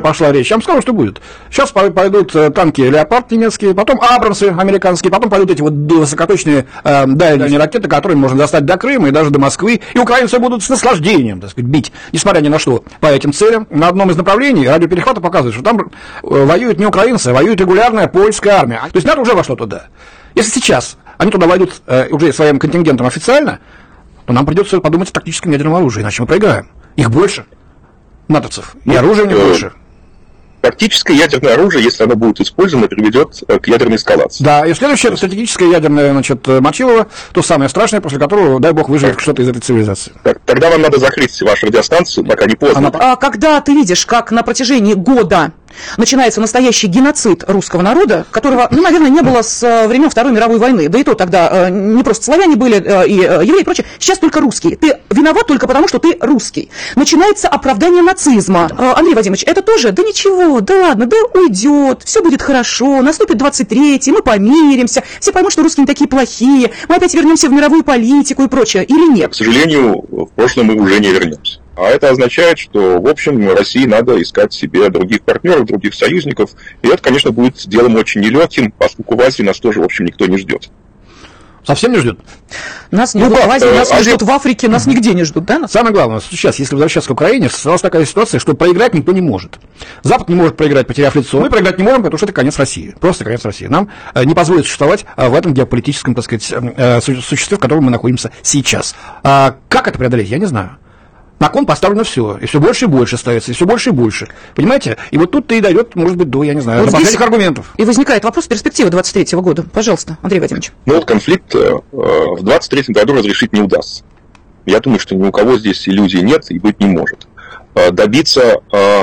пошла речь. Я вам скажу, что будет. Сейчас пойдут танки «Леопард» немецкие, потом «Абрамсы» американские, потом пойдут эти вот высокоточные дальние ракеты, которые можно достать до Крыма и даже до Москвы. И украинцы будут с наслаждением, так сказать, бить, несмотря ни на что, по этим целям. На одном из направлений радиоперехвата показывает, что там воюют не украинцы, а воюет регулярная польская армия. То есть НАТО уже вошло туда. Если сейчас они туда войдут уже своим контингентом официально, то нам придется подумать о тактическом ядерном оружии, иначе мы проиграем. Их больше, натовцев, и оружия не больше. Тактическое ядерное оружие, если оно будет использовано, приведет к ядерной эскалации. Да, и следующее стратегическое ядерное, значит, мочилово, то самое страшное, после которого, дай бог, выживет что-то из этой цивилизации. Так, тогда вам надо закрыть вашу радиостанцию, пока не поздно. Когда ты видишь, как на протяжении года начинается настоящий геноцид русского народа, которого, наверное, не было с времен Второй мировой войны. Да и то тогда не просто славяне были, и евреи и прочее. Сейчас только русские. Ты виноват только потому, что ты русский. Начинается оправдание нацизма. Андрей Вадимович, это тоже? Да ничего, да ладно, да уйдет, все будет хорошо, наступит 23-й, мы помиримся, все поймут, что русские не такие плохие, мы опять вернемся в мировую политику и прочее. Или нет? К сожалению, в прошлое мы уже не вернемся. А это означает, что, в общем, России надо искать себе других партнеров, других союзников. И это, конечно, будет делом очень нелегким, поскольку в Азии нас тоже, в общем, никто не ждет. Совсем не ждет? Нас не ждут в Азии, нас не ждут в Африке, нас нигде не ждут, да? Самое главное, сейчас, если возвращаться к Украине, создалась такая ситуация, что проиграть никто не может. Запад не может проиграть, потеряв лицо. Мы проиграть не можем, потому что это конец России. Просто конец России. Нам не позволит существовать в этом геополитическом, так сказать, существе, в котором мы находимся сейчас. Как это преодолеть, я не знаю. На кон поставлено все, и все больше и больше ставится, и все больше и больше. Понимаете? И вот тут-то и дойдет, может быть, до, я не знаю, до последних аргументов. И возникает вопрос перспективы 23-го года. Пожалуйста, Андрей Вадимович. Ну вот конфликт в 23-м году разрешить не удастся. Я думаю, что ни у кого здесь иллюзий нет и быть не может. Добиться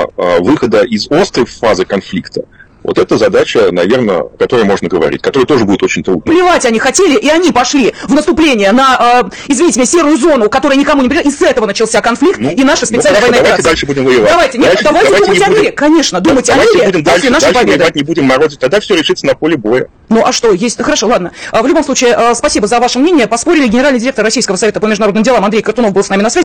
выхода из острой фазы конфликта, вот это задача, наверное, о которой можно говорить, которая тоже будет очень трудной. Плевать они хотели, и они пошли в наступление на, извините меня, серую зону, которая никому не придет, и с этого начался конфликт, и наша специальная военная операция. Давайте дальше будем воевать. Давайте думать о мире, конечно, думать о мире после нашей победы. Воевать не будем морозить, тогда все решится на поле боя. Ну а что, есть, хорошо, ладно. В любом случае, спасибо за ваше мнение. Поспорили генеральный директор Российского совета по международным делам Андрей Картунов был с нами на связи.